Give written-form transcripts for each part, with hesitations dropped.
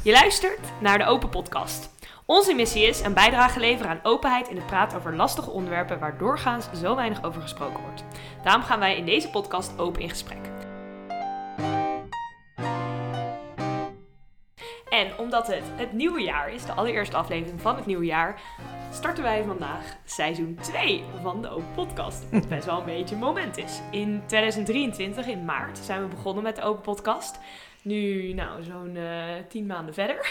Je luistert naar de Open Podcast. Onze missie is een bijdrage leveren aan openheid in het praten over lastige onderwerpen waar doorgaans zo weinig over gesproken wordt. Daarom gaan wij in deze podcast open in gesprek. En omdat het nieuwe jaar is, de allereerste aflevering van het nieuwe jaar, starten wij vandaag seizoen 2 van de Open Podcast. Wat best wel een beetje een moment is. In 2023, in maart, zijn we begonnen met de Open Podcast. Nu, zo'n 10 maanden verder.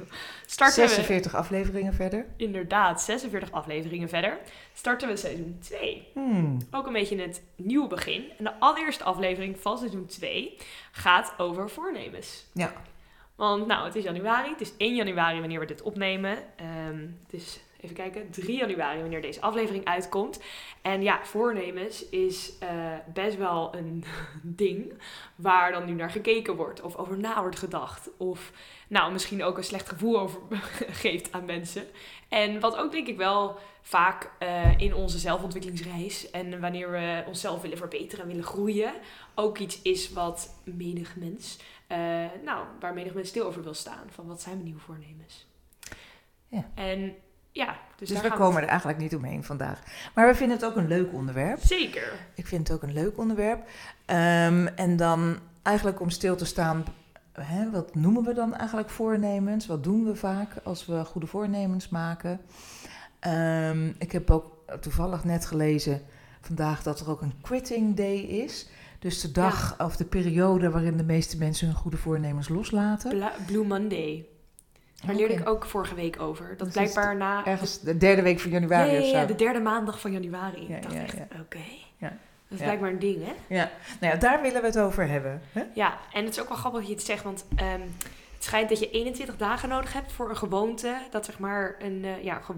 46 afleveringen verder. Inderdaad, 46 afleveringen verder. Starten we seizoen 2. Ook een beetje het nieuwe begin. En de allereerste aflevering van seizoen 2 gaat over voornemens. Ja. Want het is januari. Het is 1 januari wanneer we dit opnemen. Het is, even kijken, 3 januari wanneer deze aflevering uitkomt. En ja, voornemens is best wel een ding waar dan nu naar gekeken wordt. Of over na wordt gedacht. Of misschien ook een slecht gevoel over geeft aan mensen. En wat ook denk ik wel vaak in onze zelfontwikkelingsreis en wanneer we onszelf willen verbeteren en willen groeien, ook iets is wat menig mens, waar menig mens stil over wil staan. Van wat zijn mijn nieuwe voornemens? Ja. En ja, dus we komen er eigenlijk niet omheen vandaag. Maar we vinden het ook een leuk onderwerp. Zeker. Ik vind het ook een leuk onderwerp. En dan eigenlijk om stil te staan, wat noemen we dan eigenlijk voornemens? Wat doen we vaak als we goede voornemens maken? Ik heb ook toevallig net gelezen vandaag dat er ook een quitting day is. Dus de dag of de periode waarin de meeste mensen hun goede voornemens loslaten. Blue Monday. Daar leerde ik ook vorige week over. Dat dus blijkbaar na... Ergens de derde week van januari of zo. Ja, de derde maandag van januari. Ik dacht oké. Ja. Dat is blijkbaar een ding, hè? Ja, daar willen we het over hebben. Hè? Ja, en het is ook wel grappig dat je het zegt, want het schijnt dat je 21 dagen nodig hebt voor een gewoonte, dat zeg maar een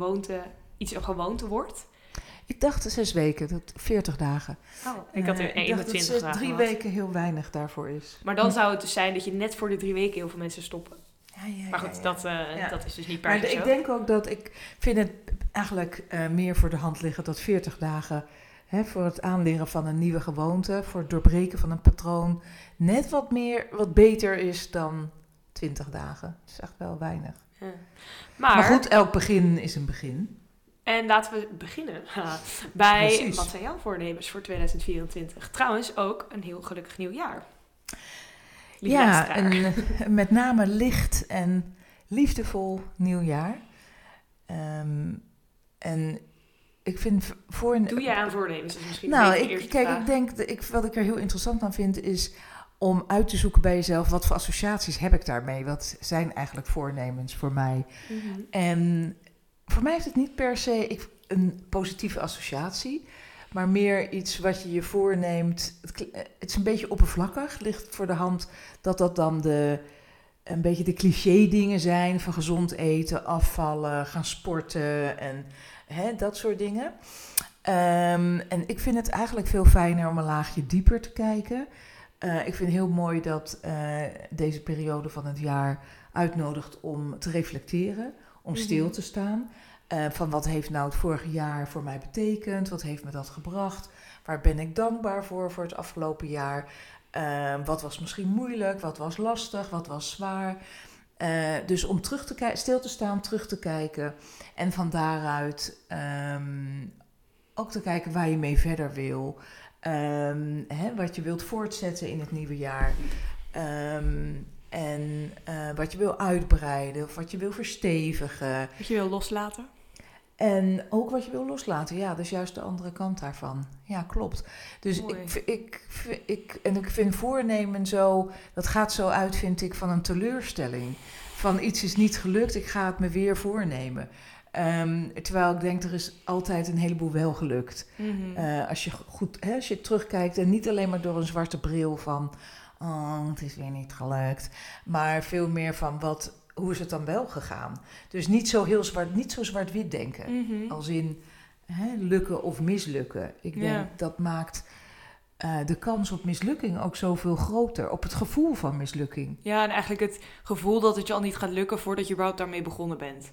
gewoonte wordt. Ik dacht 6 weken, dat 40 dagen. Oh, ik had er 21 dagen. Dat 3 weken heel weinig daarvoor is. Maar dan zou het dus zijn dat je net voor de 3 weken heel veel mensen stoppen. Maar goed, dat is dus niet per se zo. Ik denk ook dat ik vind het eigenlijk meer voor de hand liggen dat 40 dagen voor het aanleren van een nieuwe gewoonte, voor het doorbreken van een patroon, net wat beter is dan 20 dagen. Dat is echt wel weinig. Ja. Maar goed, elk begin is een begin. En laten we beginnen bij wat zijn jouw voornemens voor 2024? Trouwens ook een heel gelukkig nieuwjaar. Een met name licht en liefdevol nieuwjaar. En ik vind Doe jij aan voornemens? Dat is misschien wat ik er heel interessant aan vind is om uit te zoeken bij jezelf, wat voor associaties heb ik daarmee? Wat zijn eigenlijk voornemens voor mij? Mm-hmm. En voor mij heeft het niet per se een positieve associatie, maar meer iets wat je voorneemt. Het is een beetje oppervlakkig, ligt voor de hand dat dan een beetje de cliché dingen zijn van gezond eten, afvallen, gaan sporten en dat soort dingen. En ik vind het eigenlijk veel fijner om een laagje dieper te kijken. Ik vind het heel mooi dat deze periode van het jaar uitnodigt om te reflecteren, om stil te staan. Van wat heeft nou het vorige jaar voor mij betekend? Wat heeft me dat gebracht? Waar ben ik dankbaar voor het afgelopen jaar? Wat was misschien moeilijk? Wat was lastig? Wat was zwaar? Dus om stil te staan, terug te kijken. En van daaruit ook te kijken waar je mee verder wil. Wat je wilt voortzetten in het nieuwe jaar. En wat je wil uitbreiden of wat je wil verstevigen. Wat je wil loslaten. En ook wat je wil loslaten. Ja, dat is juist de andere kant daarvan. Ja, klopt. Dus ik vind voornemen zo, dat gaat zo uit, vind ik, van een teleurstelling. Van iets is niet gelukt, ik ga het me weer voornemen. Terwijl ik denk, er is altijd een heleboel wel gelukt. Mm-hmm. Als je terugkijkt en niet alleen maar door een zwarte bril van, het is weer niet gelukt. Maar veel meer van hoe is het dan wel gegaan? Dus niet zo zwart-wit denken. Mm-hmm. Als in lukken of mislukken. Ik denk dat maakt de kans op mislukking ook zoveel groter. Op het gevoel van mislukking. Ja, en eigenlijk het gevoel dat het je al niet gaat lukken voordat je überhaupt daarmee begonnen bent.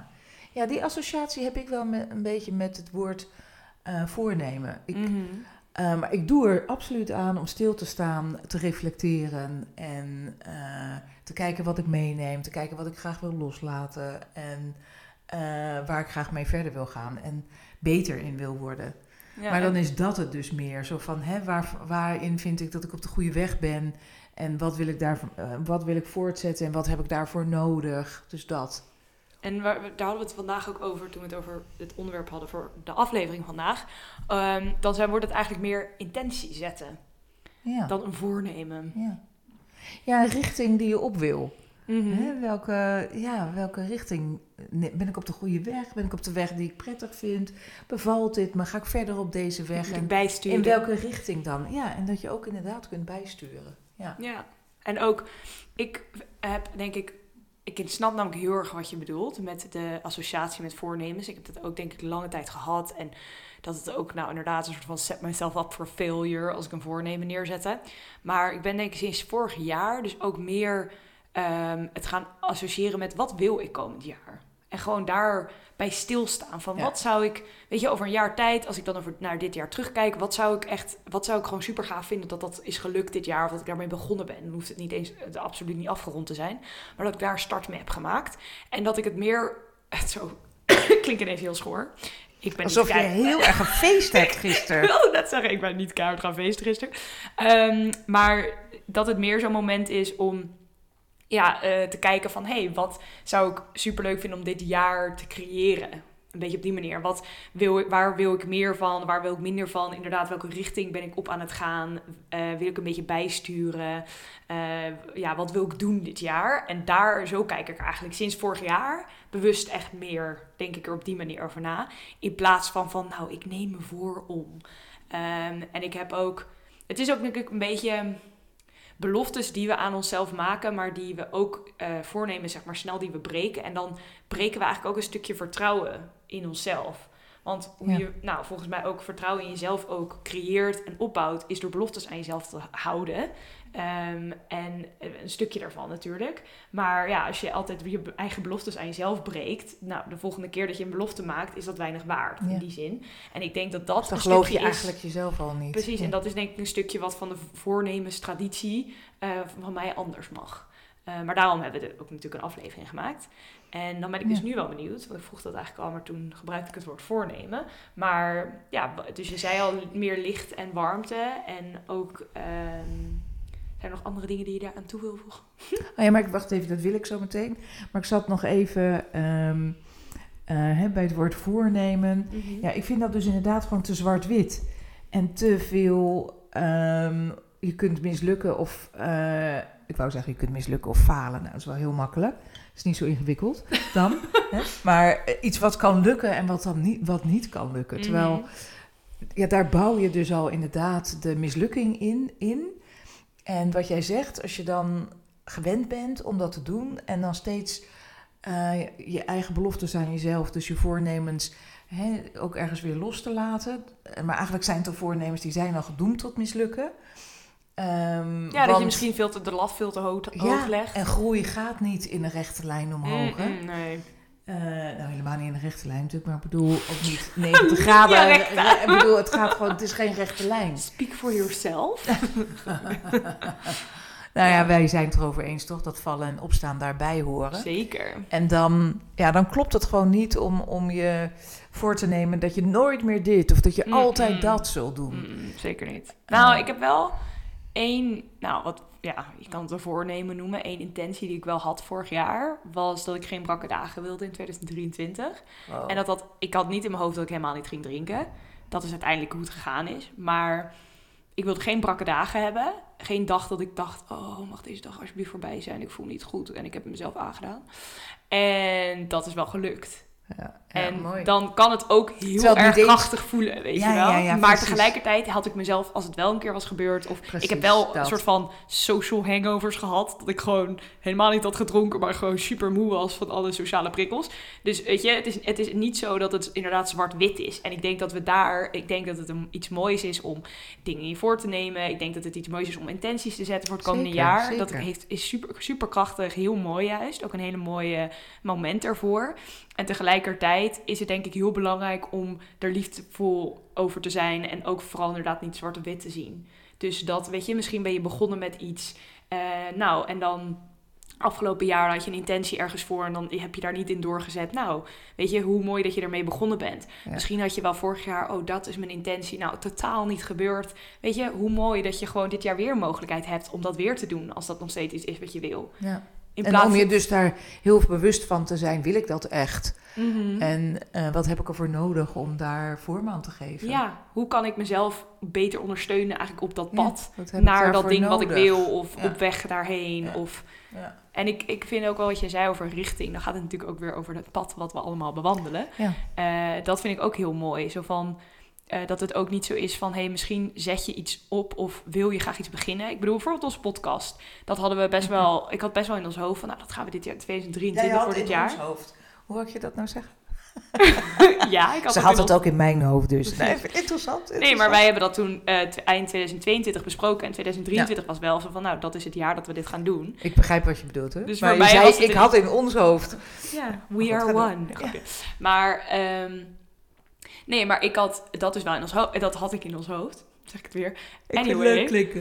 Ja, die associatie heb ik wel een beetje met het woord voornemen. Maar ik doe er absoluut aan om stil te staan, te reflecteren en te kijken wat ik meeneem, te kijken wat ik graag wil loslaten en waar ik graag mee verder wil gaan en beter in wil worden. Ja, maar dan is dat het dus meer, zo van waarin vind ik dat ik op de goede weg ben en wat wil ik voortzetten en wat heb ik daarvoor nodig, dus dat. En daar hadden we het vandaag ook over, toen we het over het onderwerp hadden voor de aflevering vandaag. Dan wordt het eigenlijk meer intentie zetten dan een voornemen. Ja, een richting die je op wil. Mm-hmm. Welke richting? Ben ik op de goede weg? Ben ik op de weg die ik prettig vind? Bevalt dit? Maar ga ik verder op deze weg? En bijsturen. In welke richting dan? Ja, en dat je ook inderdaad kunt bijsturen. Ja. En ook, ik heb denk ik... Ik snap namelijk heel erg wat je bedoelt met de associatie met voornemens. Ik heb dat ook denk ik lange tijd gehad. En dat het ook inderdaad een soort van set myself up for failure als ik een voornemen neerzette. Maar ik ben denk ik sinds vorig jaar dus ook meer het gaan associëren met wat wil ik komend jaar. En gewoon daarbij stilstaan van wat zou ik, weet je, over een jaar tijd, als ik dan naar dit jaar terugkijk, wat zou ik gewoon super gaaf vinden dat is gelukt dit jaar, of dat ik daarmee begonnen ben. Dan hoeft het niet eens absoluut niet afgerond te zijn, maar dat ik daar start mee heb gemaakt. En dat ik het meer, zo klinkt ineens heel schoor. Alsof je heel erg gefeest hebt gisteren. Ik wilde net zeggen, ik ben niet keihard gaan feesten gisteren. Maar dat het meer zo'n moment is om te kijken van, wat zou ik superleuk vinden om dit jaar te creëren? Een beetje op die manier. Waar wil ik meer van? Waar wil ik minder van? Inderdaad, welke richting ben ik op aan het gaan? Wil ik een beetje bijsturen? Wat wil ik doen dit jaar? En zo kijk ik eigenlijk sinds vorig jaar bewust echt meer, denk ik er op die manier over na. In plaats van ik neem me voor om. En ik heb ook... Het is ook natuurlijk een beetje... beloftes die we aan onszelf maken, maar die we ook voornemen, zeg maar, snel die we breken. En dan breken we eigenlijk ook een stukje vertrouwen in onszelf. Want hoe je volgens mij ook vertrouwen in jezelf ook creëert en opbouwt, is door beloftes aan jezelf te houden. En een stukje daarvan natuurlijk. Maar als je altijd je eigen beloftes aan jezelf breekt, de volgende keer dat je een belofte maakt, is dat weinig waard in die zin. En ik denk dat dan geloof je eigenlijk jezelf al niet. Precies, en dat is denk ik een stukje wat van de voornemenstraditie van mij anders mag. Maar daarom hebben we er ook natuurlijk een aflevering gemaakt. En dan ben ik dus nu wel benieuwd, want ik vroeg dat eigenlijk al, maar toen gebruikte ik het woord voornemen. Maar dus je zei al meer licht en warmte en ook... zijn er nog andere dingen die je daar aan toe wil voegen? Maar wacht even, dat wil ik zo meteen. Maar ik zat nog even bij het woord voornemen. Mm-hmm. Ja, ik vind dat dus inderdaad gewoon te zwart-wit. En te veel, je kunt mislukken of... ik wou zeggen, je kunt mislukken of falen. Nou, dat is wel heel makkelijk. Dat is niet zo ingewikkeld dan. Maar iets wat kan lukken en wat niet kan lukken. Mm-hmm. Terwijl, daar bouw je dus al inderdaad de mislukking in. En wat jij zegt, als je dan gewend bent om dat te doen en dan steeds je eigen beloftes aan jezelf, dus je voornemens, ook ergens weer los te laten. Maar eigenlijk zijn het voornemens die zijn al gedoemd tot mislukken. Dat je misschien de lat veel te hoog legt. En groei gaat niet in een rechte lijn omhoog. Nee. Helemaal niet in een rechte lijn natuurlijk, maar ik bedoel ook niet 90 graden. Ik bedoel, het is geen rechte lijn. Speak for yourself. Wij zijn het erover eens toch, dat vallen en opstaan daarbij horen. Zeker. En dan klopt het gewoon niet om je voor te nemen dat je nooit meer dit of dat je altijd dat zult doen. Zeker niet. Ik heb wel één, je kan het een voornemen noemen. Eén intentie die ik wel had vorig jaar was dat ik geen brakke dagen wilde in 2023. Oh. En ik had niet in mijn hoofd dat ik helemaal niet ging drinken. Dat is uiteindelijk hoe het gegaan is. Maar ik wilde geen brakke dagen hebben. Geen dag dat ik dacht, mag deze dag alsjeblieft voorbij zijn. Ik voel me niet goed en ik heb het mezelf aangedaan. En dat is wel gelukt. Ja, en mooi. Dan kan het ook heel erg krachtig voelen, weet je wel. Maar precies. Tegelijkertijd had ik mezelf, als het wel een keer was gebeurd... of precies, ik heb wel een soort van social hangovers gehad... dat ik gewoon helemaal niet had gedronken... maar gewoon super moe was van alle sociale prikkels. Dus weet je, het is niet zo dat het inderdaad zwart-wit is. En ik denk dat het iets moois is om dingen in je voor te nemen. Ik denk dat het iets moois is om intenties te zetten voor het komende jaar. Zeker. Dat is super, super krachtig, heel mooi juist. Ook een hele mooie moment ervoor. En tegelijkertijd tegelijkertijd is het denk ik heel belangrijk om er liefdevol over te zijn. En ook vooral inderdaad niet zwart op wit te zien. Dus dat, weet je, misschien ben je begonnen met iets. En dan afgelopen jaar had je een intentie ergens voor en dan heb je daar niet in doorgezet. Nou, weet je, hoe mooi dat je ermee begonnen bent. Ja. Misschien had je wel vorig jaar, dat is mijn intentie. Nou, totaal niet gebeurd. Weet je, hoe mooi dat je gewoon dit jaar weer een mogelijkheid hebt om dat weer te doen. Als dat nog steeds iets is wat je wil. Ja. En om je dus daar heel bewust van te zijn, wil ik dat echt? Mm-hmm. En wat heb ik ervoor nodig om daar vorm aan te geven? Ja, hoe kan ik mezelf beter ondersteunen eigenlijk op dat pad naar dat ding nodig? Wat ik wil of op weg daarheen. Ja. Ja. En ik vind ook wel wat je zei over richting. Dan gaat het natuurlijk ook weer over het pad wat we allemaal bewandelen. Ja. Dat vind ik ook heel mooi. Zo van... dat het ook niet zo is van, misschien zet je iets op of wil je graag iets beginnen. Ik bedoel, bijvoorbeeld onze podcast. Dat hadden we best wel, ik had best wel in ons hoofd van, dat gaan we dit jaar, 2023 voor dit jaar. Ons hoofd. Hoe had je dat nou zeggen? Ja, ik had Ze had het ook in mijn hoofd, dus. Nee, interessant. Nee, maar wij hebben dat toen eind 2022 besproken. En 2023 was wel zo van, dat is het jaar dat we dit gaan doen. Ik begrijp wat je bedoelt, hè? Dus maar je zei, ik had in ons hoofd. Ja, we are one. Ja. Maar... nee, maar dat is wel in ons hoofd. Dat had ik in ons hoofd. Zeg ik het weer. Ik vind het leuk klikken.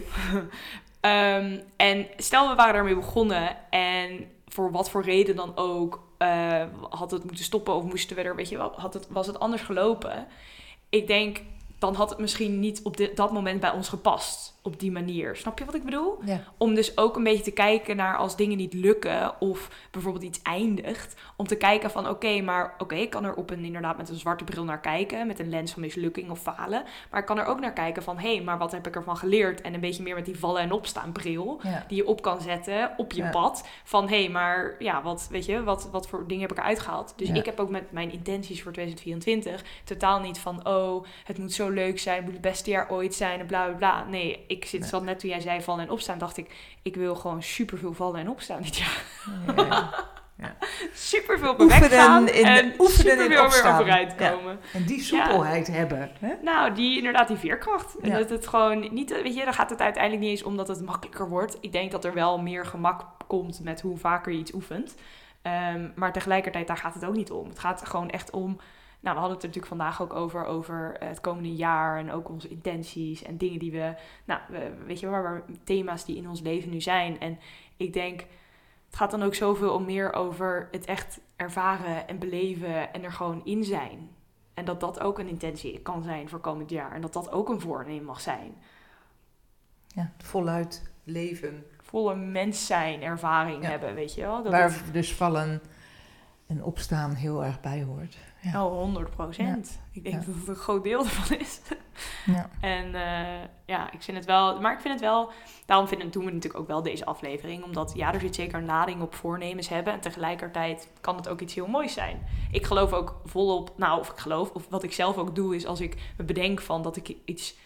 En stel we waren daarmee begonnen. En voor wat voor reden dan ook. Had het moeten stoppen of moesten we er, weet je wel. Was het anders gelopen. Ik denk, dan had het misschien niet op dat moment bij ons gepast. Op die manier. Snap je wat ik bedoel? Ja. Om dus ook een beetje te kijken naar als dingen niet lukken. Of bijvoorbeeld iets eindigt. Om te kijken van ik kan er inderdaad met een zwarte bril naar kijken. Met een lens van mislukking of falen. Maar ik kan er ook naar kijken van maar wat heb ik ervan geleerd? En een beetje meer met die vallen en opstaan bril. Ja. Die je op kan zetten op je pad. Van wat voor dingen heb ik eruit gehaald? Dus ik heb ook met mijn intenties voor 2024 totaal niet van het moet zo leuk zijn. Het moet het beste jaar ooit zijn en bla bla bla. Nee, ik zat net toen jij zei vallen en opstaan, dacht ik wil gewoon superveel vallen en opstaan dit jaar. Ja. Superveel op mijn weg gaan en superveel weer overeind komen. Ja. En die soepelheid hebben. Hè? Nou, die veerkracht. En dat het gewoon niet, weet je, dan gaat het uiteindelijk niet eens omdat het makkelijker wordt. Ik denk dat er wel meer gemak komt met hoe vaker je iets oefent. Maar tegelijkertijd, daar gaat het ook niet om. Het gaat gewoon echt om... we hadden het er natuurlijk vandaag ook over het komende jaar en ook onze intenties en dingen die weet je waar thema's die in ons leven nu zijn. En ik denk, het gaat dan ook zoveel meer over het echt ervaren en beleven en er gewoon in zijn. En dat ook een intentie kan zijn voor komend jaar en dat ook een voornemen mag zijn. Ja, voluit leven. Volle mens zijn, ervaring hebben, weet je wel. Waar dus vallen en opstaan heel erg bij hoort. Ja. 100%. Ja. Ik denk dat het een groot deel ervan is. Ja. En ik vind het wel... Maar ik vind het wel... Daarom doen we natuurlijk ook wel deze aflevering. Omdat er zit zeker een lading op voornemens hebben. En tegelijkertijd kan het ook iets heel moois zijn. Ik geloof ook volop... of wat ik zelf ook doe, is als ik me bedenk van dat ik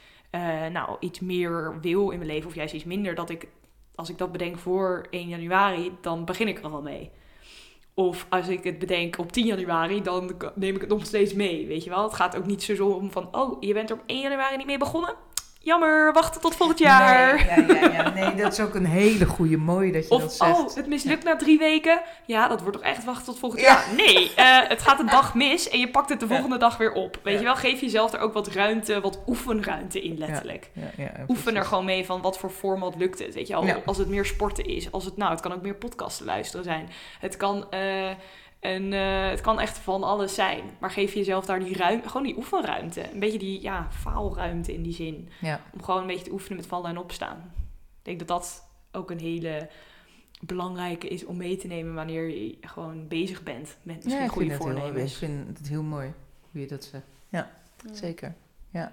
iets meer wil in mijn leven. Of juist iets minder. Als ik dat bedenk voor 1 januari, dan begin ik er al mee. Of als ik het bedenk op 10 januari, dan neem ik het nog steeds mee, weet je wel. Het gaat ook niet zo om van, je bent er op 1 januari niet mee begonnen. Jammer, wachten tot volgend jaar. Nee, dat is ook een hele goede, mooi dat je dat zegt. Het mislukt na 3 weken. Ja, dat wordt toch echt wachten tot volgend jaar. Nee, het gaat een dag mis en je pakt het de volgende dag weer op. Weet je wel, geef jezelf er ook wat ruimte, wat oefenruimte in letterlijk. Oefen er gewoon mee van wat voor format lukt het. Weet je wel, als het meer sporten is. Als het kan ook meer podcasten luisteren zijn. Het kan... het kan echt van alles zijn. Maar geef jezelf daar die ruimte, gewoon die oefenruimte. Een beetje die faalruimte in die zin. Ja. Om gewoon een beetje te oefenen met vallen en opstaan. Ik denk dat dat ook een hele belangrijke is om mee te nemen wanneer je gewoon bezig bent met misschien goede voornemens. Ik vind het heel mooi hoe je dat zegt. Ja, zeker. Ja.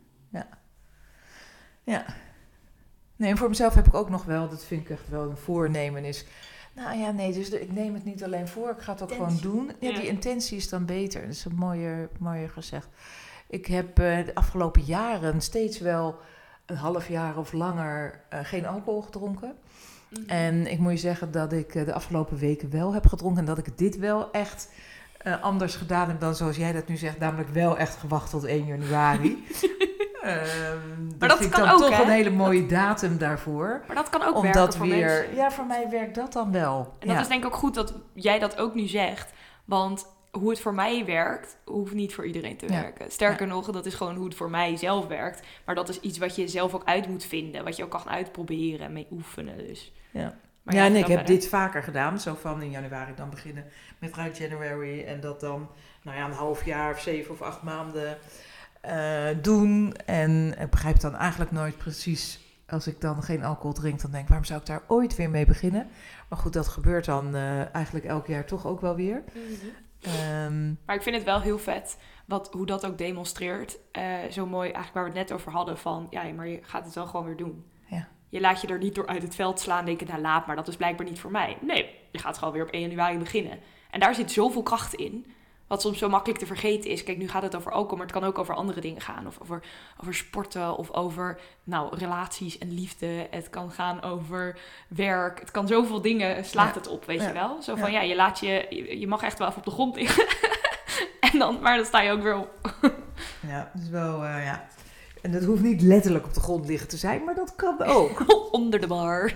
Nee, en voor mezelf heb ik ook nog wel, dat vind ik echt wel een voornemen is... dus ik neem het niet alleen voor, ik ga het ook gewoon doen. Ja, die intentie is dan beter. Dat is een mooier gezegd. Ik heb de afgelopen jaren steeds wel een half jaar of langer geen alcohol gedronken. Mm-hmm. En ik moet je zeggen dat ik de afgelopen weken wel heb gedronken. En dat ik dit wel echt anders gedaan heb dan zoals jij dat nu zegt. Namelijk wel echt gewacht tot 1 januari. Maar dat vind kan ik dan ook, toch een hele mooie datum daarvoor. Maar dat kan ook werken voor mensen. Ja, voor mij werkt dat dan wel. En dat is denk ik ook goed dat jij dat ook nu zegt. Want hoe het voor mij werkt, hoeft niet voor iedereen te werken. Sterker nog, dat is gewoon hoe het voor mij zelf werkt. Maar dat is iets wat je zelf ook uit moet vinden. Wat je ook kan uitproberen en mee oefenen. Dus. Ja. Maar Ja, en ik heb dit vaker gedaan. Zo van in januari dan beginnen met Right January. En dat dan een half jaar of 7 of 8 maanden doen. En ik begrijp dan eigenlijk nooit precies, als ik dan geen alcohol drink, dan denk ik, waarom zou ik daar ooit weer mee beginnen? Maar goed, dat gebeurt dan eigenlijk elk jaar toch ook wel weer. Mm-hmm. Maar ik vind het wel heel vet hoe dat ook demonstreert. Zo mooi eigenlijk waar we het net over hadden van, ja, maar je gaat het wel gewoon weer doen. Ja. Je laat je er niet door uit het veld slaan, denken, nou laat maar, dat is blijkbaar niet voor mij. Nee, je gaat gewoon weer op 1 januari beginnen. En daar zit zoveel kracht in, wat soms zo makkelijk te vergeten is. Kijk, nu gaat het over alcohol, maar het kan ook over andere dingen gaan. Of over sporten, of over relaties en liefde. Het kan gaan over werk. Het kan zoveel dingen, slaat het op, weet je wel. Zo van, je mag echt wel even op de grond liggen. Maar dan sta je ook weer op. Ja, dus wel, En dat hoeft niet letterlijk op de grond liggen te zijn, maar dat kan ook. Onder de bar.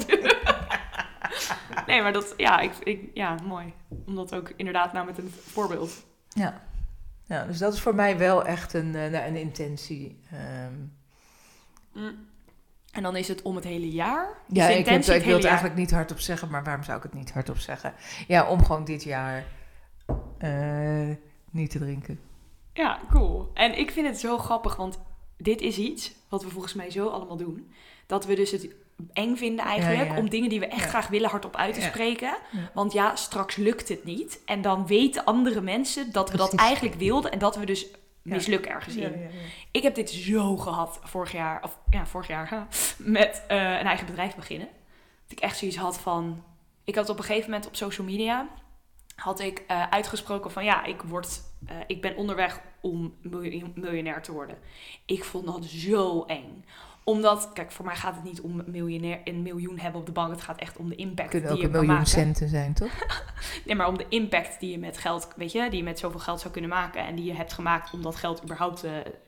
Nee, maar dat, mooi. Omdat ook inderdaad met een voorbeeld. Ja, dus dat is voor mij wel echt een intentie. En dan is het om het hele jaar? Ja, ik wil het eigenlijk niet hardop zeggen, maar waarom zou ik het niet hardop zeggen? Ja, om gewoon dit jaar niet te drinken. Ja, cool. En ik vind het zo grappig, want dit is iets wat we volgens mij zo allemaal doen. Dat we dus het eng vinden eigenlijk om dingen die we echt graag willen hardop uit te spreken. Ja. Want straks lukt het niet. En dan weten andere mensen dat we dat eigenlijk wilden en dat we dus mislukken ergens in. Ja. Ik heb dit zo gehad vorig jaar met een eigen bedrijf beginnen. Dat ik echt zoiets had van, ik had op een gegeven moment op social media uitgesproken van ik ben onderweg om miljonair te worden. Ik vond dat zo eng. Omdat, kijk, voor mij gaat het niet om een miljoen hebben op de bank. Het gaat echt om de impact die je kan maken. Kunnen ook 1 miljoen centen zijn, toch? Nee, maar om de impact die je met geld, die je met zoveel geld zou kunnen maken. En die je hebt gemaakt om dat geld überhaupt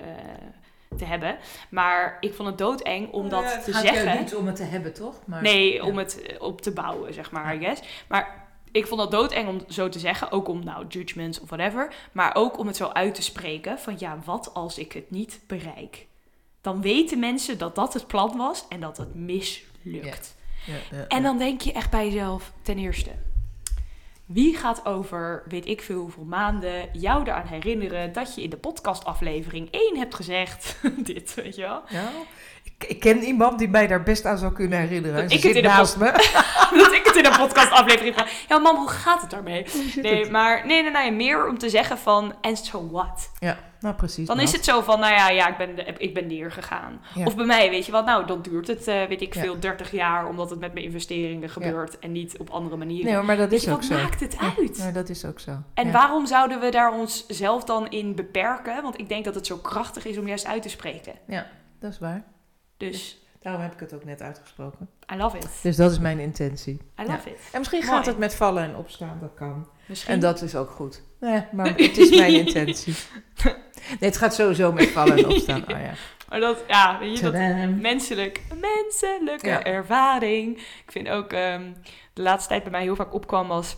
te hebben. Maar ik vond het doodeng om dat te zeggen. Het gaat niet om het te hebben, toch? Maar, nee, om het op te bouwen, zeg maar, I guess. Maar ik vond dat doodeng om zo te zeggen. Ook om, judgments of whatever. Maar ook om het zo uit te spreken. Van wat als ik het niet bereik? Dan weten mensen dat dat het plan was en dat het mislukt. Ja. En dan denk je echt bij jezelf, ten eerste, wie gaat over, weet ik veel hoeveel maanden, jou eraan herinneren dat je in de podcastaflevering 1 hebt gezegd, dit, weet je wel? Ja. Ik ken iemand die mij daar best aan zou kunnen herinneren. Dat ik het naast me. Dat ik het in een podcastaflevering ga. Ja, mam, hoe gaat het daarmee? Nee, meer om te zeggen van, en so what? Ja, nou precies. Dan is het zo van, ik ben neergegaan. Ja. Of bij mij, weet je wat, dan duurt het, 30 jaar, omdat het met mijn investeringen gebeurt en niet op andere manieren. Nee, maar dat is ook zo. Wat maakt het uit? Ja, dat is ook zo. En waarom zouden we daar onszelf dan in beperken? Want ik denk dat het zo krachtig is om juist uit te spreken. Ja, dat is waar. Dus daarom heb ik het ook net uitgesproken. I love it. Dus dat is mijn intentie. I love it. En misschien gaat het met vallen en opstaan, dat kan. Misschien. En dat is ook goed. Nee, maar het is mijn intentie. Nee, het gaat sowieso met vallen en opstaan. Oh, ja. Maar dat, weet je, dat menselijke ervaring. Ik vind ook de laatste tijd bij mij heel vaak opkwam als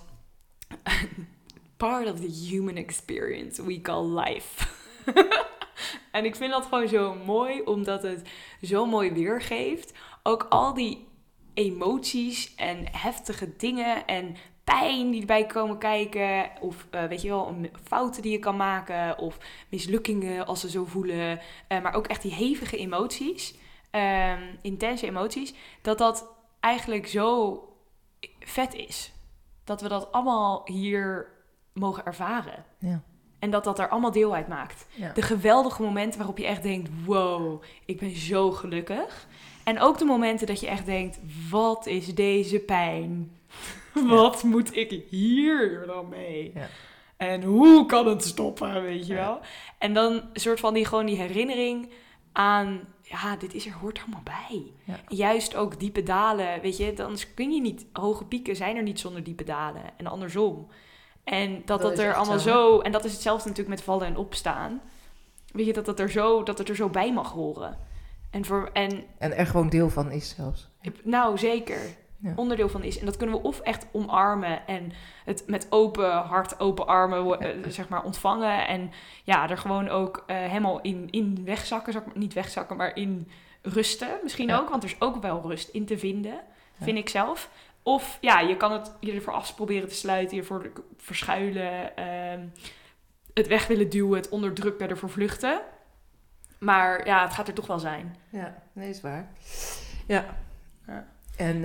part of the human experience we call life. En ik vind dat gewoon zo mooi, omdat het zo mooi weergeeft. Ook al die emoties en heftige dingen en pijn die erbij komen kijken. Of fouten die je kan maken. Of mislukkingen als ze zo voelen. Maar ook echt die hevige emoties. Intense emoties. Dat eigenlijk zo vet is. Dat we dat allemaal hier mogen ervaren. Ja. En dat er allemaal deel uit maakt. Ja. De geweldige momenten waarop je echt denkt, wow, ik ben zo gelukkig. En ook de momenten dat je echt denkt, wat is deze pijn? Wat moet ik hier dan mee? Ja. En hoe kan het stoppen, weet je wel? En dan een soort van die herinnering aan, dit hoort er allemaal bij. Ja. Juist ook diepe dalen, weet je, dan kun je niet, hoge pieken zijn er niet zonder diepe dalen. En andersom. En dat er allemaal zo... En dat is hetzelfde natuurlijk met vallen en opstaan. Weet je, dat het er zo bij mag horen. En er gewoon deel van is zelfs. Ja. Nou, zeker. onderdeel van is. En dat kunnen we of echt omarmen en het met open hart, open armen zeg maar ontvangen. En er gewoon ook helemaal in wegzakken, niet wegzakken, maar in rusten misschien ook. Want er is ook wel rust in te vinden, vind ik zelf. Of je kan het je ervoor af proberen te sluiten, je ervoor verschuilen, het weg willen duwen, het onderdrukken, ervoor vluchten. Maar het gaat er toch wel zijn. Ja, nee, is waar. Ja. En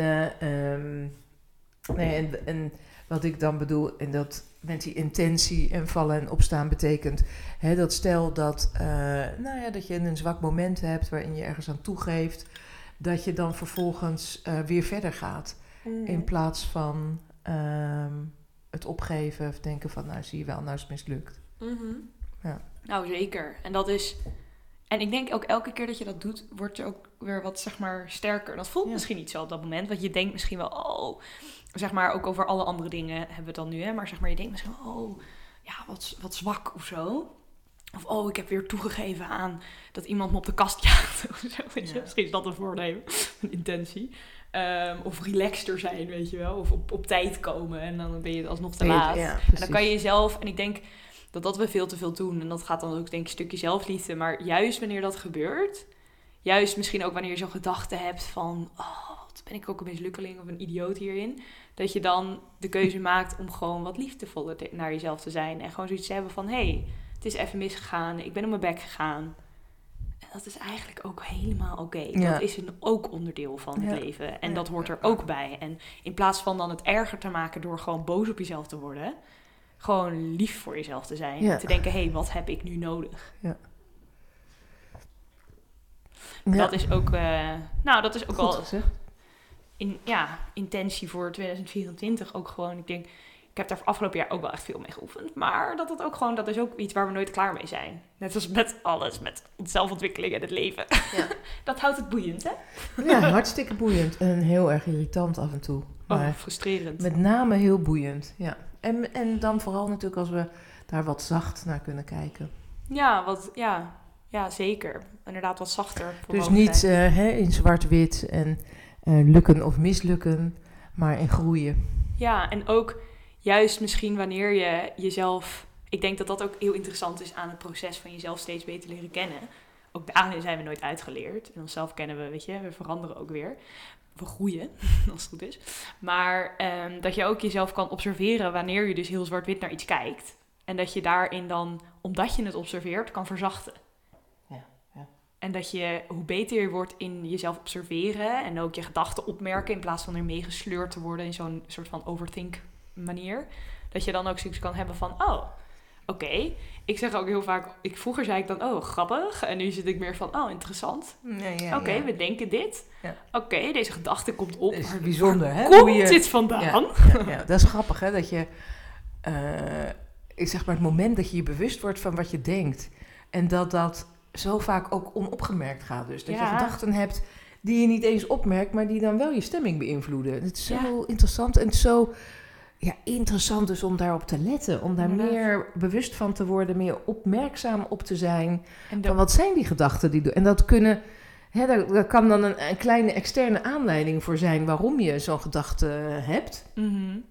wat ik dan bedoel, en dat met die intentie en vallen en opstaan betekent, dat stel dat, dat je een zwak moment hebt waarin je ergens aan toegeeft, dat je dan vervolgens weer verder gaat. In plaats van het opgeven of denken van, nou zie je wel, nou is het mislukt. Mm-hmm. Ja. Nou, zeker. En dat is... En ik denk ook elke keer dat je dat doet, word je ook weer wat, zeg maar, sterker. Dat voelt misschien niet zo op dat moment, want je denkt misschien wel, zeg maar, ook over alle andere dingen hebben we het dan nu, hè. Maar zeg maar, je denkt misschien wel, wat zwak of zo. Of, ik heb weer toegegeven aan dat iemand me op de kast jaagt of zo, weet je. Misschien is dat een voornemen, een intentie. Of relaxter zijn, weet je wel. Of op tijd komen en dan ben je alsnog te laat. Ja, en dan kan je jezelf, en ik denk dat we veel te veel doen. En dat gaat dan ook, denk ik, een stukje zelfliefde. Maar juist wanneer dat gebeurt, juist misschien ook wanneer je zo'n gedachte hebt van, wat ben ik ook een mislukkeling of een idioot hierin. Dat je dan de keuze maakt om gewoon wat liefdevoller naar jezelf te zijn. En gewoon zoiets te hebben van, het is even misgegaan. Ik ben op mijn bek gegaan. En dat is eigenlijk ook helemaal oké. Ja. Dat is ook onderdeel van het leven. En dat hoort er ook bij. En in plaats van dan het erger te maken door gewoon boos op jezelf te worden, gewoon lief voor jezelf te zijn. Ja. Te denken, wat heb ik nu nodig? Ja. Dat is ook, dat is ook goed wel gezegd. Intentie voor 2024. Ook gewoon, ik denk, ik heb daar afgelopen jaar ook wel echt veel mee geoefend. Maar dat is ook iets waar we nooit klaar mee zijn. Net als met alles, met zelfontwikkeling en het leven. Ja. Dat houdt het boeiend, hè? Ja, hartstikke boeiend. En heel erg irritant af en toe. Maar frustrerend. Met name heel boeiend, ja. En dan vooral natuurlijk als we daar wat zacht naar kunnen kijken. Ja, zeker. Inderdaad wat zachter. Dus niet in zwart-wit en lukken of mislukken, maar in groeien. Ja, en ook juist misschien wanneer je jezelf... Ik denk dat dat ook heel interessant is aan het proces van jezelf steeds beter leren kennen. Ook daarin zijn we nooit uitgeleerd. En onszelf kennen we, we veranderen ook weer. We groeien, als het goed is. Maar dat je ook jezelf kan observeren wanneer je dus heel zwart-wit naar iets kijkt. En dat je daarin dan, omdat je het observeert, kan verzachten. Ja. En dat je, hoe beter je wordt in jezelf observeren en ook je gedachten opmerken in plaats van er meegesleurd te worden in zo'n soort van overthink manier. Dat je dan ook zoiets kan hebben van, oké. Ik zeg ook heel vaak, vroeger zei ik dan, grappig. En nu zit ik meer van, interessant. Oké, we denken dit. Ja. Oké, deze gedachte komt op. Dat is bijzonder, hè? Komt dit vandaan? Ja, dat is grappig, hè? Dat je, ik zeg maar, het moment dat je je bewust wordt van wat je denkt. En dat zo vaak ook onopgemerkt gaat. Dus dat je gedachten hebt die je niet eens opmerkt, maar die dan wel je stemming beïnvloeden. Het is zo interessant en zo... Ja, interessant dus om daarop te letten. Om daar meer bewust van te worden. Meer opmerkzaam op te zijn. Van wat zijn die gedachten die doen. En dat kunnen... daar kan dan een kleine externe aanleiding voor zijn waarom je zo'n gedachte hebt. Mm-hmm.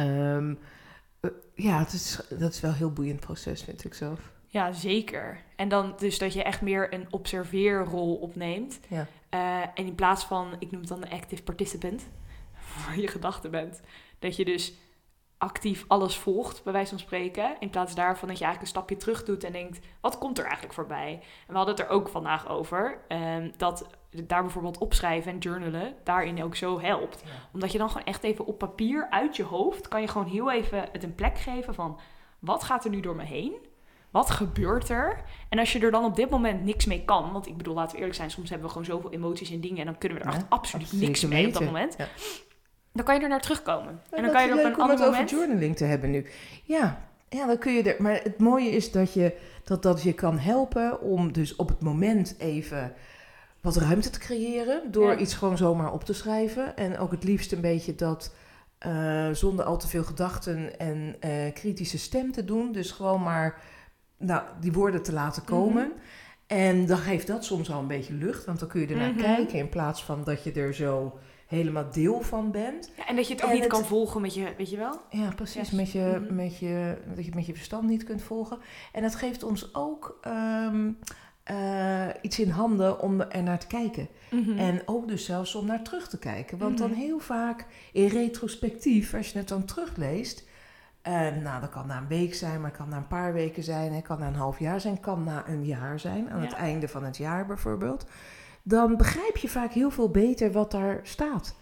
Dat is wel een heel boeiend proces, vind ik zelf. Ja, zeker. En dan dus dat je echt meer een observeerrol opneemt. Ja. En in plaats van, ik noem het dan de active participant, voor je gedachten bent. Dat je dus actief alles volgt, bij wijze van spreken. In plaats daarvan dat je eigenlijk een stapje terug doet en denkt, wat komt er eigenlijk voorbij? En we hadden het er ook vandaag over, dat daar bijvoorbeeld opschrijven en journalen daarin ook zo helpt. Ja. Omdat je dan gewoon echt even op papier uit je hoofd kan je gewoon heel even het een plek geven van, wat gaat er nu door me heen? Wat gebeurt er? En als je er dan op dit moment niks mee kan, want ik bedoel, laten we eerlijk zijn, soms hebben we gewoon zoveel emoties en dingen en dan kunnen we er echt absoluut niks mee op dat moment. Ja. Dan kan je er naar terugkomen. Ja, en dan kan je er op een ander moment... over journaling te hebben nu. Ja, dan kun je er... Maar het mooie is dat je kan helpen om dus op het moment even wat ruimte te creëren. Door iets gewoon zomaar op te schrijven. En ook het liefst een beetje dat zonder al te veel gedachten en kritische stem te doen. Dus gewoon maar die woorden te laten komen. Mm-hmm. En dan geeft dat soms al een beetje lucht. Want dan kun je ernaar kijken in plaats van dat je er zo helemaal deel van bent. Ja, en dat je het ook niet kan volgen met je, weet je wel? Ja, precies. Yes. Dat je het met je verstand niet kunt volgen. En dat geeft ons ook iets in handen om er naar te kijken. Mm-hmm. En ook dus zelfs om naar terug te kijken. Want dan heel vaak in retrospectief, als je het dan terugleest... dat kan na een week zijn, maar het kan na een paar weken zijn. Het kan na een half jaar zijn, het kan na een jaar zijn. Aan het einde van het jaar bijvoorbeeld. Dan begrijp je vaak heel veel beter wat daar staat.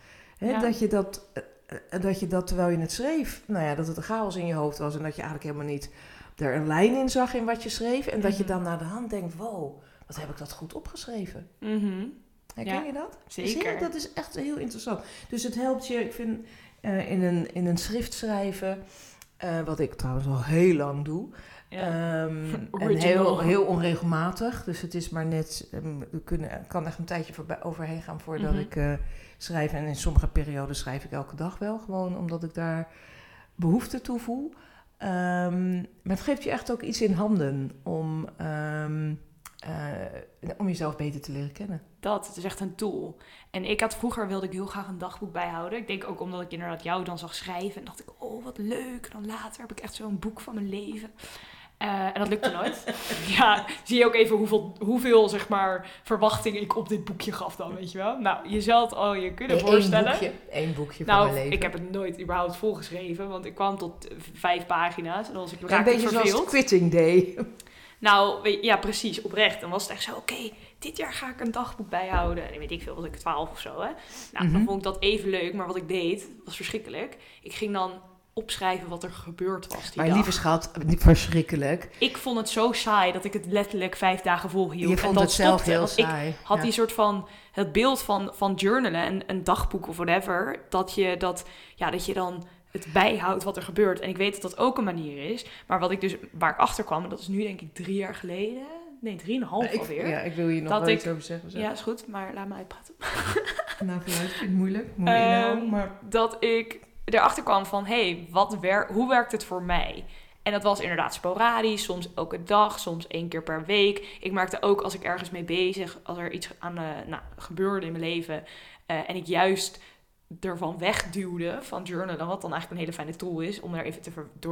Dat je dat terwijl je het schreef, dat het een chaos in je hoofd was. En dat je eigenlijk helemaal niet er een lijn in zag in wat je schreef. En dat je dan naar de hand denkt, wow, wat heb ik dat goed opgeschreven. Mm-hmm. Herken je dat? Zeker. Dat is echt heel interessant. Dus het helpt je, ik vind, in een schrift schrijven... wat ik trouwens al heel lang doe. Ja. En heel onregelmatig. Dus het is maar net... kan echt een tijdje overheen gaan voordat ik schrijf. En in sommige periodes schrijf ik elke dag wel. Gewoon omdat ik daar behoefte toe voel. Maar het geeft je echt ook iets in handen om jezelf beter te leren kennen. Het is echt een tool. En wilde ik heel graag een dagboek bijhouden. Ik denk ook omdat ik inderdaad jou dan zag schrijven. En dacht ik, oh wat leuk. En dan later heb ik echt zo'n boek van mijn leven. En dat lukte nooit. Ja, zie je ook even hoeveel zeg maar verwachting ik op dit boekje gaf dan, weet je wel. Nou, je zal het al je kunnen voorstellen. Eén boekje van mijn leven. Ik heb het nooit überhaupt volgeschreven. Want ik kwam tot 5 pagina's. En dan was ik een beetje verveeld. Zoals quitting day. Nou, ja, precies, oprecht. Dan was het echt zo, oké, dit jaar ga ik een dagboek bijhouden. En weet ik veel, was ik 12 of zo, hè. Nou, dan vond ik dat even leuk, maar wat ik deed, was verschrikkelijk. Ik ging dan opschrijven wat er gebeurd was die dag. Lieve schat, verschrikkelijk. Ik vond het zo saai dat ik het letterlijk 5 dagen volhield. Je vond het zelf heel saai. Ik had die soort van, het beeld van journalen en een dagboek of whatever, dat je dan het bijhoudt wat er gebeurt. En ik weet dat dat ook een manier is. Maar waar ik achter kwam, en dat is nu denk ik 3 jaar geleden. Nee, 3,5 alweer. Ja, ik wil hier nog wel iets over zeggen. Zo. Ja, is goed, maar laat me uitpraten. Nou, vooruit, vind ik het moeilijk. Maar... Dat ik erachter kwam van, hoe werkt het voor mij? En dat was inderdaad sporadisch, soms elke dag, soms 1 keer per week. Ik merkte ook als ik ergens mee bezig, als er iets gebeurde in mijn leven en ik juist ervan wegduwde van journalen, wat dan eigenlijk een hele fijne tool is om er even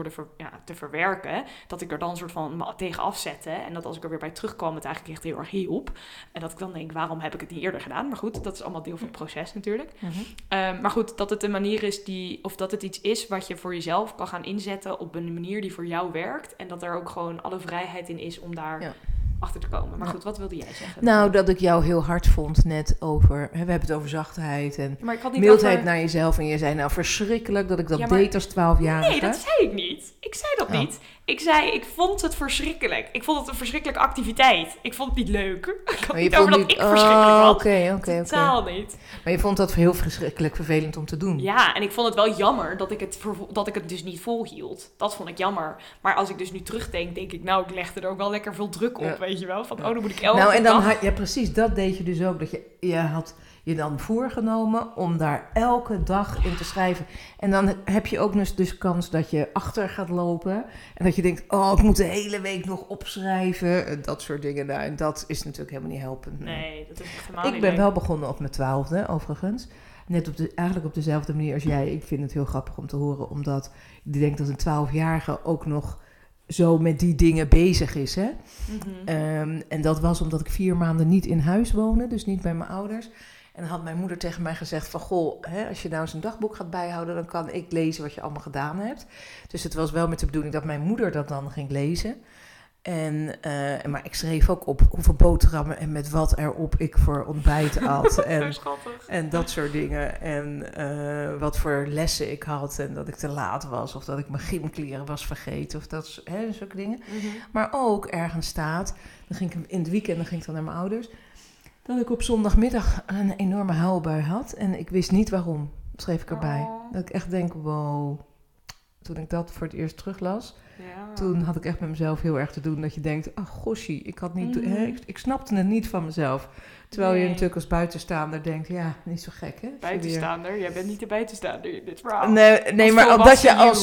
te verwerken, dat ik er dan een soort van tegen afzette en dat als ik er weer bij terugkwam het eigenlijk echt heel erg hielp. En dat ik dan denk, waarom heb ik het niet eerder gedaan? Maar goed, dat is allemaal deel van het proces natuurlijk. Maar goed, dat het een manier is dat het iets is wat je voor jezelf kan gaan inzetten op een manier die voor jou werkt en dat er ook gewoon alle vrijheid in is om daar achter te komen. Maar goed, wat wilde jij zeggen? Nou, dat ik jou heel hard vond net over... we hebben het over zachtheid en mildheid naar jezelf. En je zei nou verschrikkelijk dat ik dat deed als 12-jarige. Nee, dat zei ik niet. Ik zei dat niet. Ik zei, ik vond het verschrikkelijk. Ik vond het een verschrikkelijke activiteit. Ik vond het niet leuk. Ik had niet over dat ik verschrikkelijk had. Oké. Totaal niet. Maar je vond dat heel verschrikkelijk vervelend om te doen. Ja, en ik vond het wel jammer dat ik het dus niet volhield. Dat vond ik jammer. Maar als ik dus nu terugdenk, denk ik, nou, ik legde er ook wel lekker veel druk op, weet je wel. Van, dan moet ik elke dag... Precies, dat deed je dus ook. Dat je had je dan voorgenomen om daar elke dag in te schrijven. En dan heb je ook dus kans dat je achter gaat lopen. En dat je denkt, ik moet de hele week nog opschrijven. En dat soort dingen. Nou, en dat is natuurlijk helemaal niet helpend. Nee, dat is echt helemaal niet Ik ben wel begonnen op mijn 12e, overigens. Net eigenlijk op dezelfde manier als jij. Ik vind het heel grappig om te horen. Omdat ik denk dat een 12-jarige ook nog zo met die dingen bezig is. Hè? En dat was omdat ik 4 maanden niet in huis woonde. Dus niet bij mijn ouders. En dan had mijn moeder tegen mij gezegd van... Goh, als je nou eens een dagboek gaat bijhouden... dan kan ik lezen wat je allemaal gedaan hebt. Dus het was wel met de bedoeling dat mijn moeder dat dan ging lezen. Maar ik schreef ook op hoeveel boterhammen en met wat erop ik voor ontbijt at. En dat soort dingen. En wat voor lessen ik had. En dat ik te laat was. Of dat ik mijn gymkleren was vergeten. Of dat soort dingen. Maar ook ergens staat... Dan ging ik in het weekend ging ik dan naar mijn ouders... dat ik op zondagmiddag een enorme huilbui had. En ik wist niet waarom. Dat schreef ik erbij. Dat ik echt denk, wow. Toen ik dat voor het eerst teruglas... Toen had ik echt met mezelf heel erg te doen. Dat je denkt, goshie, ik had niet, ik snapte het niet van mezelf. Terwijl je natuurlijk als buitenstaander denkt, ja, niet zo gek, hè? Buitenstaander? Jij bent niet de buitenstaander in dit verhaal. Nee, maar omdat je als...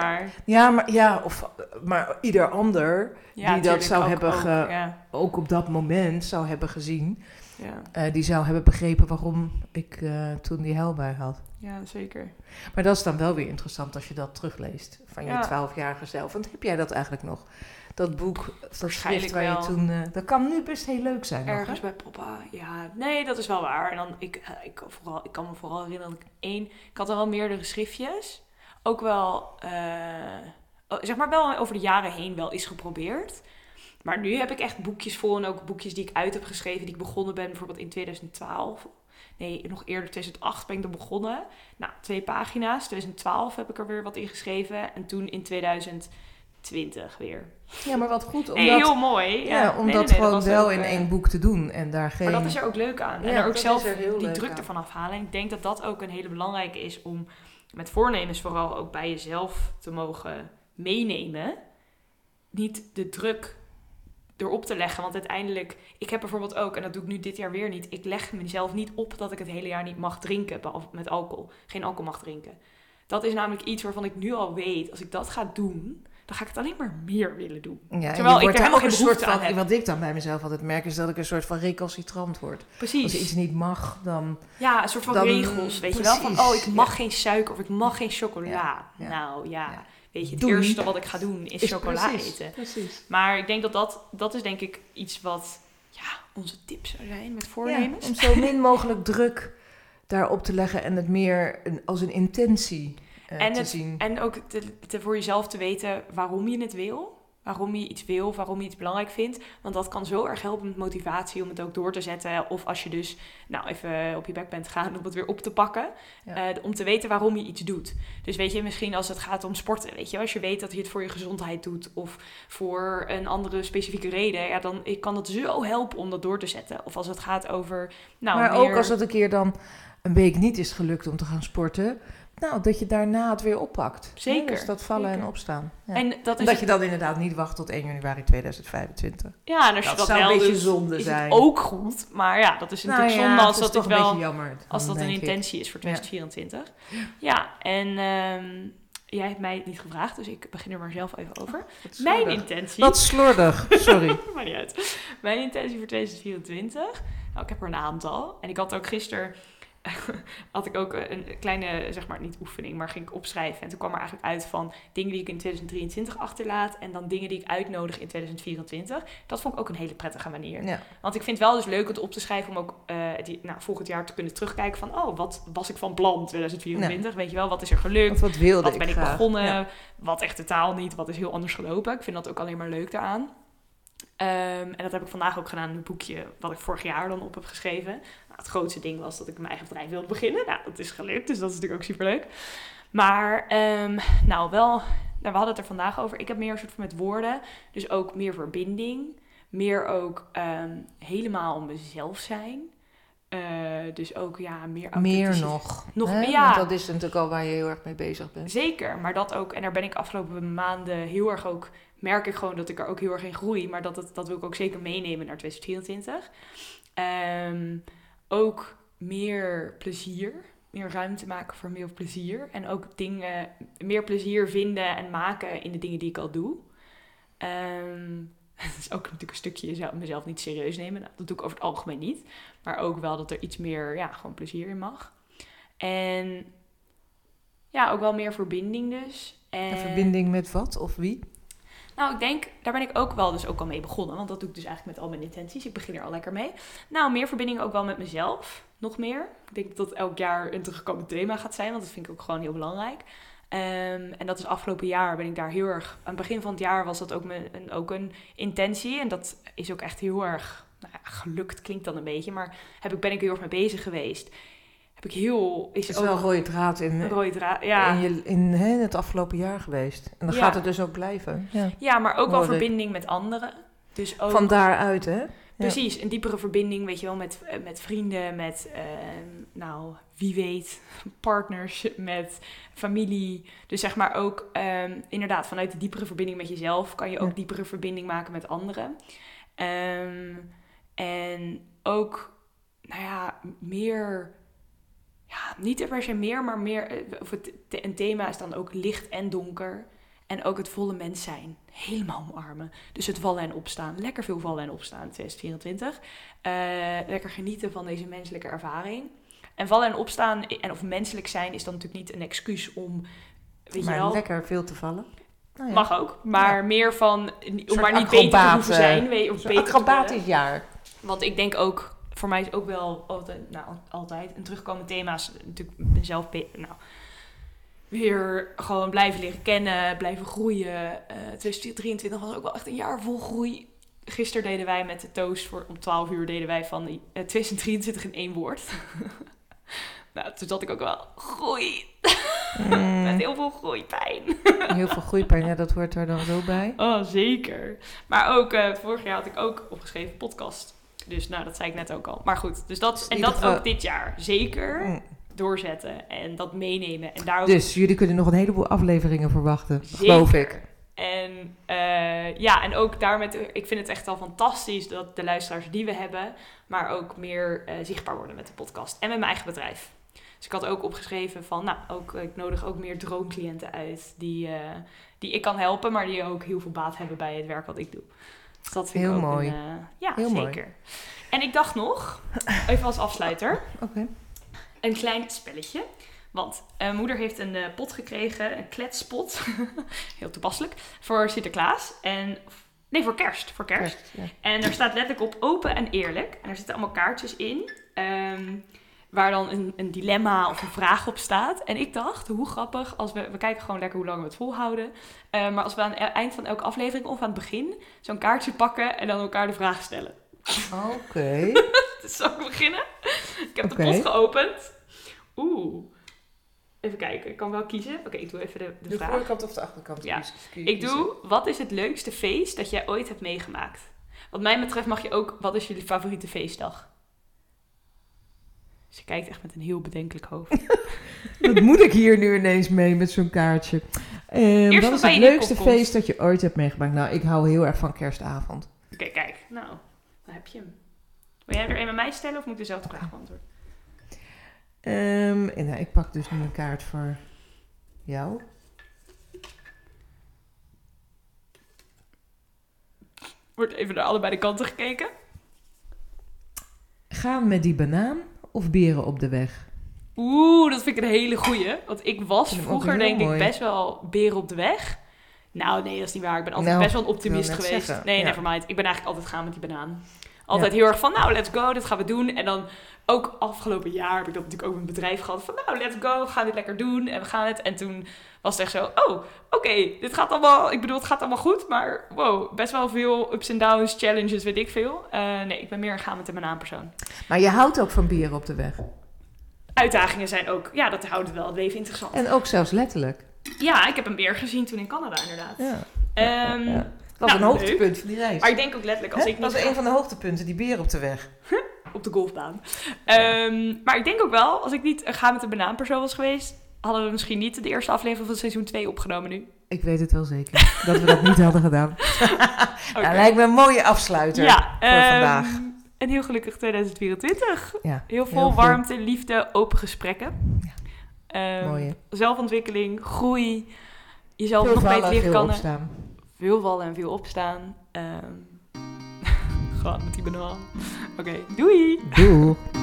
Maar ieder ander die dat zou hebben ook op dat moment zou hebben gezien... die zou hebben begrepen waarom ik toen die huilbui had. Ja, zeker. Maar dat is dan wel weer interessant als je dat terugleest van je Ja. 12-jarige zelf. Want heb jij dat eigenlijk nog? Dat boek, dat schrift waar wel. je toen... dat kan nu best heel leuk zijn. Ergens nog, hè? bij papa, ja. Nee, dat is wel waar. En dan, ik kan me vooral herinneren dat ik had er wel meerdere schriftjes. Ook wel, zeg maar wel over de jaren heen wel eens geprobeerd. Maar nu heb ik echt boekjes vol en ook boekjes die ik uit heb geschreven, die ik begonnen ben, bijvoorbeeld in 2012. Nee, nog eerder 2008 ben ik er begonnen. Nou, 2 pagina's. 2012 heb ik er weer wat in geschreven. En toen in 2020 weer. Ja, maar wat goed. Nee, heel mooi. Ja, om dat gewoon was wel ook, in 1 boek te doen. En daar geen... Maar dat is er ook leuk aan. Ja, en er ook dat zelf is er heel die leuk druk aan. ervan afhalen. En ik denk dat dat ook een hele belangrijke is om met voornemens vooral ook bij jezelf te mogen meenemen. Niet de druk erop te leggen. Want uiteindelijk, ik heb bijvoorbeeld ook, en dat doe ik nu dit jaar weer niet, ik leg mezelf niet op dat ik het hele jaar niet mag drinken met alcohol. Geen alcohol mag drinken. Dat is namelijk iets waarvan ik nu al weet, als ik dat ga doen, dan ga ik het alleen maar meer willen doen. Ja, Terwijl ik er er helemaal geen behoefte aan van, heb. wat ik dan bij mezelf altijd merk, is dat ik een soort van recalcitrant word. Precies. Als iets niet mag, dan... Ja, een soort van dan, regels, weet je wel. Van, ik mag ja. geen suiker of ik mag geen chocola. Ja, ja, Nou ja, ja. weet je, het Doen. eerste wat ik ga doen is chocola precies, eten. Precies. Maar ik denk dat is denk ik iets wat onze tips zou zijn met voornemens. Ja, om zo min mogelijk druk daarop te leggen en het meer als een intentie te zien. En ook voor jezelf te weten waarom je het wil. Waarom je iets wil, waarom je iets belangrijk vindt. Want dat kan zo erg helpen met motivatie om het ook door te zetten. Of als je dus even op je bek bent gegaan om het weer op te pakken. Ja. Om te weten waarom je iets doet. Dus weet je, misschien als het gaat om sporten. Weet je, als je weet dat je het voor je gezondheid doet. Of voor een andere specifieke reden. Ja, dan kan het zo helpen om dat door te zetten. Of als het gaat over... maar meer... ook als het een keer dan een week niet is gelukt om te gaan sporten... Nou, dat je daarna het weer oppakt. Zeker. Dus dat vallen en opstaan. Ja. En dat je dan inderdaad niet wacht tot 1 januari 2025. Ja, en als je dat zou wel een beetje doet, zonde is zijn. het ook goed. Maar ja, dat is natuurlijk zonde als dat toch wel... Een jammer, als dat een intentie is voor 2024. Ja, en jij hebt mij het niet gevraagd, dus ik begin er maar zelf even over. Mijn intentie... Wat slordig, sorry. Maar niet uit. Mijn intentie voor 2024... Nou, ik heb er een aantal. En ik had ook gisteren... had ik ook een kleine, zeg maar niet oefening, maar ging ik opschrijven. En toen kwam er eigenlijk uit van dingen die ik in 2023 achterlaat en dan dingen die ik uitnodig in 2024. Dat vond ik ook een hele prettige manier. Ja. Want ik vind het wel dus leuk om het op te schrijven om ook volgend jaar te kunnen terugkijken van, wat was ik van plan 2024? Ja. Weet je wel, wat is er gelukt? Wat wilde wat ben ik begonnen? Ja. Wat echt totaal niet? Wat is heel anders gelopen? Ik vind dat ook alleen maar leuk daaraan. En dat heb ik vandaag ook gedaan in een boekje wat ik vorig jaar dan op heb geschreven. Nou, het grootste ding was dat ik mijn eigen bedrijf wilde beginnen. Nou, dat is gelukt, dus dat is natuurlijk ook superleuk. Maar we hadden het er vandaag over. Ik heb meer een soort van met woorden, dus ook meer verbinding. Meer ook helemaal mezelf zijn. Dus ook meer meer nog ja. Want dat is natuurlijk al waar je heel erg mee bezig bent. Zeker, maar dat ook. En daar ben ik afgelopen maanden heel erg ook... merk ik gewoon dat ik er ook heel erg in groei. Maar dat wil ik ook zeker meenemen naar 2024. Ook meer plezier. Meer ruimte maken voor meer plezier. En ook meer plezier vinden en maken in de dingen die ik al doe. Dat is ook natuurlijk een stukje mezelf niet serieus nemen. Nou, dat doe ik over het algemeen niet. Maar ook wel dat er iets meer, gewoon plezier in mag. En ja, ook wel meer verbinding dus. En verbinding met wat of wie? Nou, ik denk, daar ben ik ook wel dus ook al mee begonnen. Want dat doe ik dus eigenlijk met al mijn intenties. Ik begin er al lekker mee. Nou, meer verbinding ook wel met mezelf. Nog meer. Ik denk dat elk jaar een terugkomend thema gaat zijn. Want dat vind ik ook gewoon heel belangrijk. En dat is afgelopen jaar ben ik daar heel erg... Aan het begin van het jaar was dat ook een intentie. En dat is ook echt heel erg... gelukt klinkt dan een beetje. Maar ben ik heel erg mee bezig geweest. Het is wel een rode draad in het afgelopen jaar geweest. En dan gaat het dus ook blijven. Ja, maar ook wel verbinding met anderen. Dus ook, van daaruit, hè? Precies, een diepere verbinding, weet je wel, met vrienden, met, wie weet, partners, met familie. Dus zeg maar ook, inderdaad, vanuit de diepere verbinding met jezelf kan je ook diepere verbinding maken met anderen. En ook, meer... Ja, niet per se meer, maar meer... een thema is dan ook licht en donker. En ook het volle mens zijn. Helemaal omarmen. Dus het vallen en opstaan. Lekker veel vallen en opstaan in 2024. Lekker genieten van deze menselijke ervaring. En vallen en opstaan of menselijk zijn is dan natuurlijk niet een excuus om... Weet maar je wel, lekker veel te vallen. Nou ja. Mag ook. Maar meer van... Om maar niet acrobaat, beter te hoeven zijn. Of beter acrobatisch jaar. Want ik denk ook... Voor mij is ook wel altijd een terugkomend thema is natuurlijk mezelf weer gewoon blijven leren kennen, blijven groeien. 2023 was ook wel echt een jaar vol groei. Gisteren deden wij met de toast om 12 uur deden wij van 2023 in 1 woord. Nou, toen zat ik ook wel groei. Met heel veel groeipijn. Heel veel groeipijn, ja, dat hoort er dan zo bij. Oh, zeker. Maar ook vorig jaar had ik ook opgeschreven podcast. Dus nou, dat zei ik net ook al. Maar goed, dus dat ook dit jaar. Zeker doorzetten en dat meenemen. En daar ook... Dus jullie kunnen nog een heleboel afleveringen verwachten, geloof ik. En en ook ik vind het echt al fantastisch dat de luisteraars die we hebben, maar ook meer zichtbaar worden met de podcast en met mijn eigen bedrijf. Dus ik had ook opgeschreven van, ik nodig ook meer droomcliënten uit die ik kan helpen, maar die ook heel veel baat hebben bij het werk wat ik doe. Dus dat vind heel ik ook mooi. Heel zeker. Mooi. En ik dacht nog, even als afsluiter, een klein spelletje. Want moeder heeft een pot gekregen, een kletspot, heel toepasselijk, voor Sinterklaas. Voor kerst. Voor kerst. Ja. En daar staat letterlijk op open en eerlijk. En er zitten allemaal kaartjes in, waar dan een dilemma of een vraag op staat. En ik dacht, hoe grappig, als we kijken gewoon lekker hoe lang we het volhouden. Maar als we aan het eind van elke aflevering of aan het begin zo'n kaartje pakken en dan elkaar de vraag stellen. Oké. Dus zal ik beginnen? Ik heb de pot geopend. Even kijken, ik kan wel kiezen. Oké, ik doe even de vraag. De voorkant of de achterkant? Ja. Ik doe, wat is het leukste feest dat jij ooit hebt meegemaakt? Wat mij betreft mag je ook, wat is jullie favoriete feestdag? Ze kijkt echt met een heel bedenkelijk hoofd. Wat moet ik hier nu ineens mee met zo'n kaartje? Wat is het leukste feest dat je ooit hebt meegemaakt? Nou, ik hou heel erg van kerstavond. Oké, kijk. Nou, dan heb je hem. Wil jij er een met mij stellen of moet ik dezelfde vraag beantwoorden? Ik pak dus nu een kaart voor jou. Wordt even naar allebei de kanten gekeken. Gaan met die banaan of beren op de weg? Dat vind ik een hele goeie. Want ik was vroeger denk ik best wel beren op de weg. Nou, nee, dat is niet waar. Ik ben altijd best wel een optimist geweest. Zeggen. Nee, nevermind. Ik ben eigenlijk altijd gaan met die banaan. Altijd heel erg van, let's go, dit gaan we doen. En dan ook afgelopen jaar heb ik dat natuurlijk ook met mijn bedrijf gehad. Van, let's go, we gaan dit lekker doen. En we gaan het. En toen was het echt zo, oké, dit gaat allemaal... Ik bedoel, het gaat allemaal goed. Maar best wel veel ups en downs, challenges, weet ik veel. Nee, ik ben meer een gaan met de banaanpersoon. Maar je houdt ook van beren op de weg? Uitdagingen zijn ook... Ja, dat houdt wel het leven interessant. En ook zelfs letterlijk? Ja, ik heb een beer gezien toen in Canada, inderdaad. Ja. Dat was een hoogtepunt van die reis. Maar ik denk ook letterlijk... als ik dat was een van de hoogtepunten, die beer op de weg. Op de golfbaan. Maar ik denk ook wel, als ik niet ga met een banaanpersoon was geweest... hadden we misschien niet de eerste aflevering van seizoen 2 opgenomen nu. Ik weet het wel zeker, dat we dat niet hadden gedaan. Okay. Lijkt me een mooie afsluiter voor vandaag. En heel gelukkig 2024. Ja, heel vol warmte, liefde, open gesprekken. Ja. Mooi. Zelfontwikkeling, groei. Jezelf veel nog vallen, beter leren veel kennen. Opstaan. Veel vallen en veel opstaan. Gewoon met die banaan. Oké, doei! Doei!